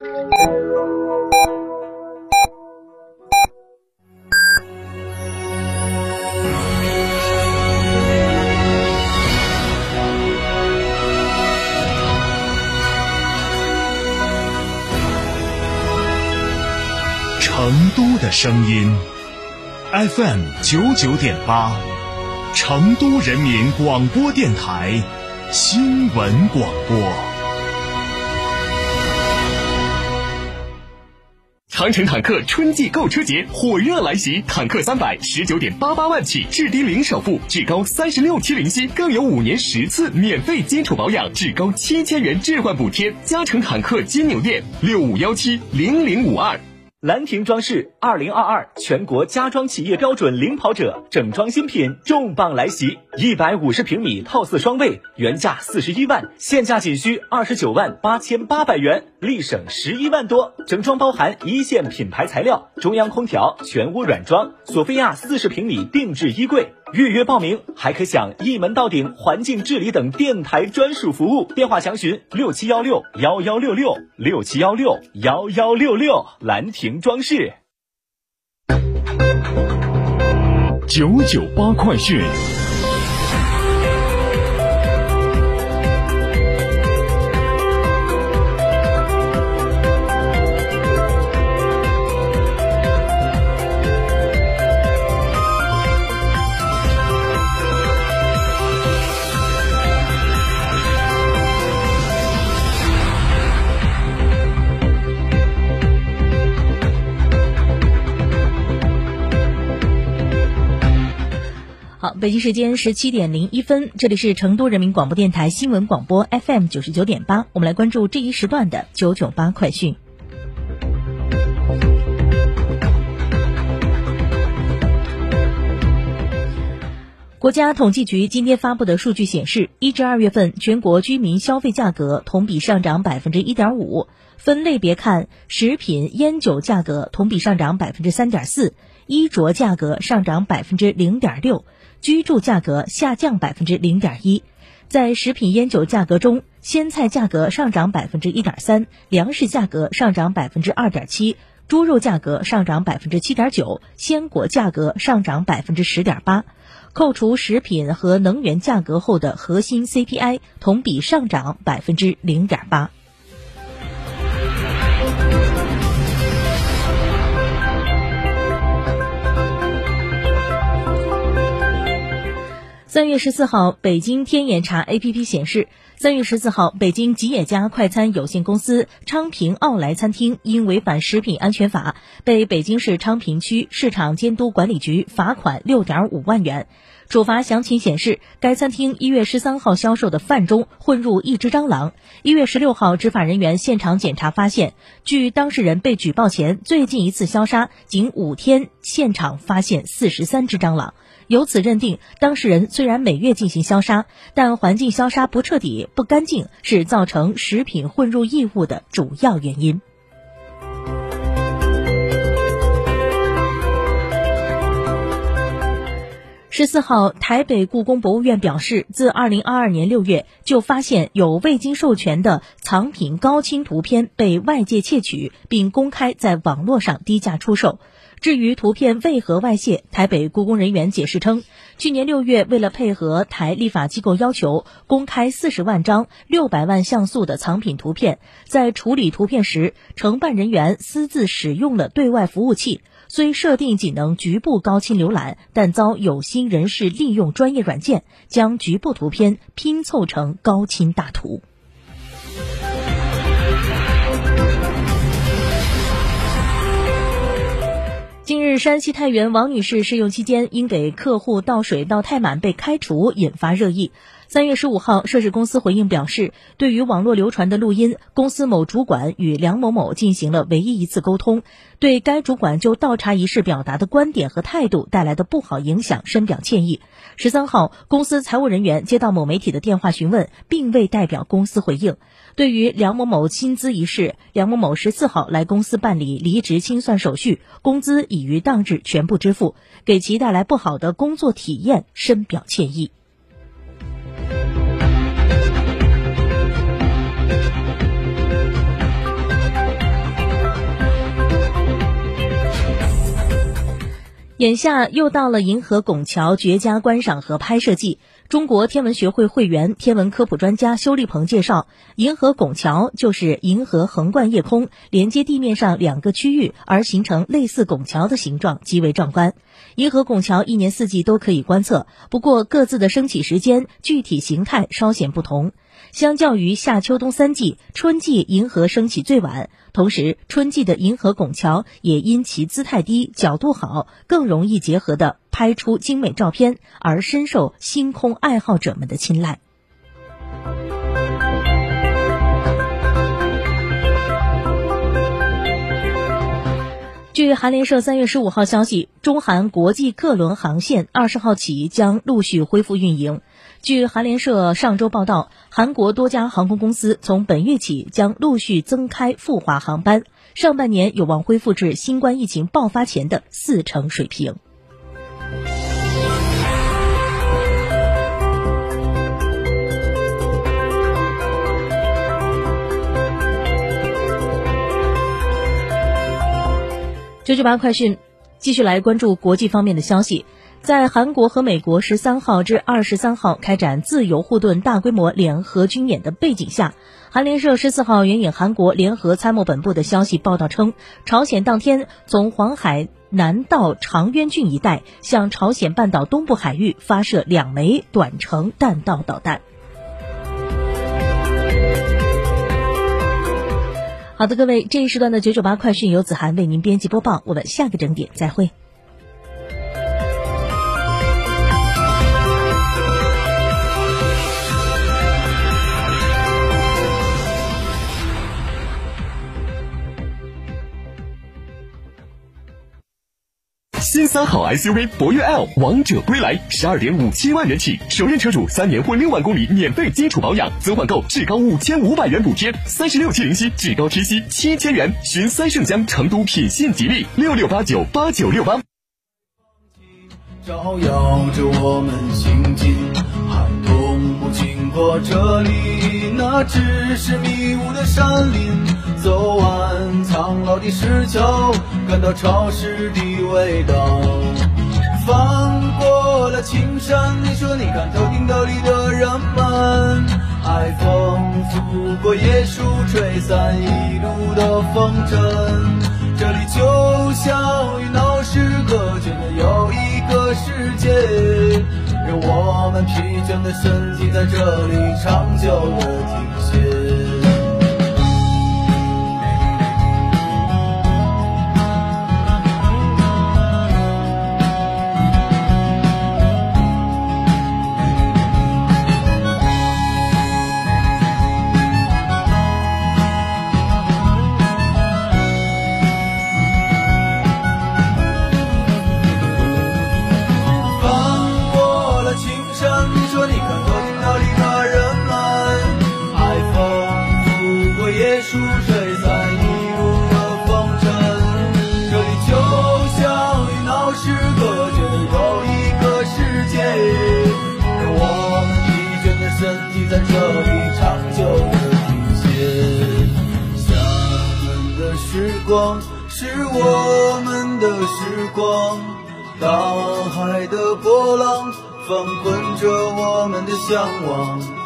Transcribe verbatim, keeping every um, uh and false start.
成都的声音 F M 九九点八，成都人民广播电台新闻广播。 长城坦克春季购车节火热来袭，坦克三百十九点八八万起，至低零首付，至高三十六期零息，更有五年十次免费基础保养，至高七千元置换补贴。嘉诚坦克金牛店六五幺七零零五二。 兰亭装饰二零二二全国家装企业标准领跑者，整装新品重磅来袭，一百五十平米套四双卫，原价四十一万，现价仅需二十九万八千八百元，立省十一万多。整装包含一线品牌材料、中央空调、全屋软装、索菲亚四十平米定制衣柜。预约报名还可享一门到顶环境治理等电台专属服务。电话详询六七幺六幺幺六六六七幺六幺幺六六。兰亭装饰。 九九八快讯。 好，北京时间十七点零一分，这里是成都人民广播电台新闻广播 F M 九十九点八，我们来关注这一时段的九九八快讯。国家统计局今天发布的数据显示，一至二月份全国居民消费价格同比上涨百分之一点五，分类别看，食品、烟酒价格同比上涨百分之三点四，衣着价格上涨百分之零点六。居住价格下降百分之零点一，在食品烟酒价格中，鲜菜价格上涨百分之一点三，粮食价格上涨百分之二点七，猪肉价格上涨百分之七点九，鲜果价格上涨百分之十点八。扣除食品和能源价格后的核心 C P I 同比上涨百分之零点八。三月十四号，北京天眼查 A P P 显示，三月十四号，北京吉野家快餐有限公司昌平奥莱餐厅因违反食品安全法，被北京市昌平区市场监督管理局罚款 六点五万元。处罚详情显示，该餐厅一月十三号销售的饭中混入一只蟑螂。一月十六号，执法人员现场检查发现，距当事人被举报前最近一次消杀仅五天，现场发现四十三只蟑螂。由此认定，当事人虽然每月进行消杀，但环境消杀不彻底、不干净，是造成食品混入异物的主要原因。十四号，台北故宫博物院表示，自二零二二年六月就发现有未经授权的藏品高清图片被外界窃取，并公开在网络上低价出售。至于图片为何外泄，台北故宫人员解释称，去年六月为了配合台立法机构要求，公开四十万张六百万像素的藏品图片，在处理图片时，承办人员私自使用了对外服务器，虽设定仅能局部高清浏览，但遭有心人士利用专业软件，将局部图片拼凑成高清大图。近日，山西太原王女士试用期间因给客户倒水倒太满被开除，引发热议。三月十五号，涉事公司回应表示，对于网络流传的录音，公司某主管与梁某某进行了唯一一次沟通，对该主管就倒茶仪式表达的观点和态度带来的不好影响深表歉意。十三号，公司财务人员接到某媒体的电话询问，并未代表公司回应。对于梁某某薪资一事，梁某某十四号来公司办理离职清算手续，工资已于当日全部支付，给其带来不好的工作体验深表歉意。 眼下又到了银河拱桥绝佳观赏和拍摄季。中国天文学会会员、天文科普专家修立鹏介绍，银河拱桥就是银河横贯夜空，连接地面上两个区域而形成类似拱桥的形状，极为壮观。银河拱桥一年四季都可以观测，不过各自的升起时间、具体形态稍显不同。相较于夏秋冬三季，春季银河升起最晚，同时春季的银河拱桥也因其姿态低、角度好，更容易结合的拍出精美照片，而深受星空爱好者们的青睐。据韩联社三月十五号消息，中韩国际各轮航线二十号起将陆续恢复运营。据韩联社上周报道，韩国多家航空公司从本月起将陆续增开赴华航班，上半年有望恢复至新冠疫情爆发前的四成水平。九九八快讯，继续来关注国际方面的消息。在韩国和美国十三号至二十三号开展自由护盾大规模联合军演的背景下，韩联社十四号援引韩国联合参谋本部的消息报道称，朝鲜当天从黄海南道长渊郡一带向朝鲜半岛东部海域发射两枚短程弹道导弹。好的，各位，这一时段的九九八快讯由子涵为您编辑播报，我们下个整点再会。 新三好 S U V 博越 L 王者归来，十二点五七万元起，首任车主三年或六万公里免费基础保养，增换购至高五千五百元补贴，三十六期零息，至高贴息七千元。寻三圣乡成都品信吉利六六八九八九六八。 照耀着我们行进，寒冬不经过这里，那只是迷雾的山林。走完苍老的石桥，感到潮湿的味道。翻过了青山，你说你看头顶斗笠的人们，海风拂过椰树，吹散一路的风尘。这里就像与闹市隔绝的又一个世界，让我们疲倦的身体在这里长久的停歇。树吹散一路的风尘，这里就像与闹市隔绝的又一个世界，让我们疲倦的身体在这里长久的停歇。厦门的时光是我们的时光，大海的波浪翻滚着我们的向往。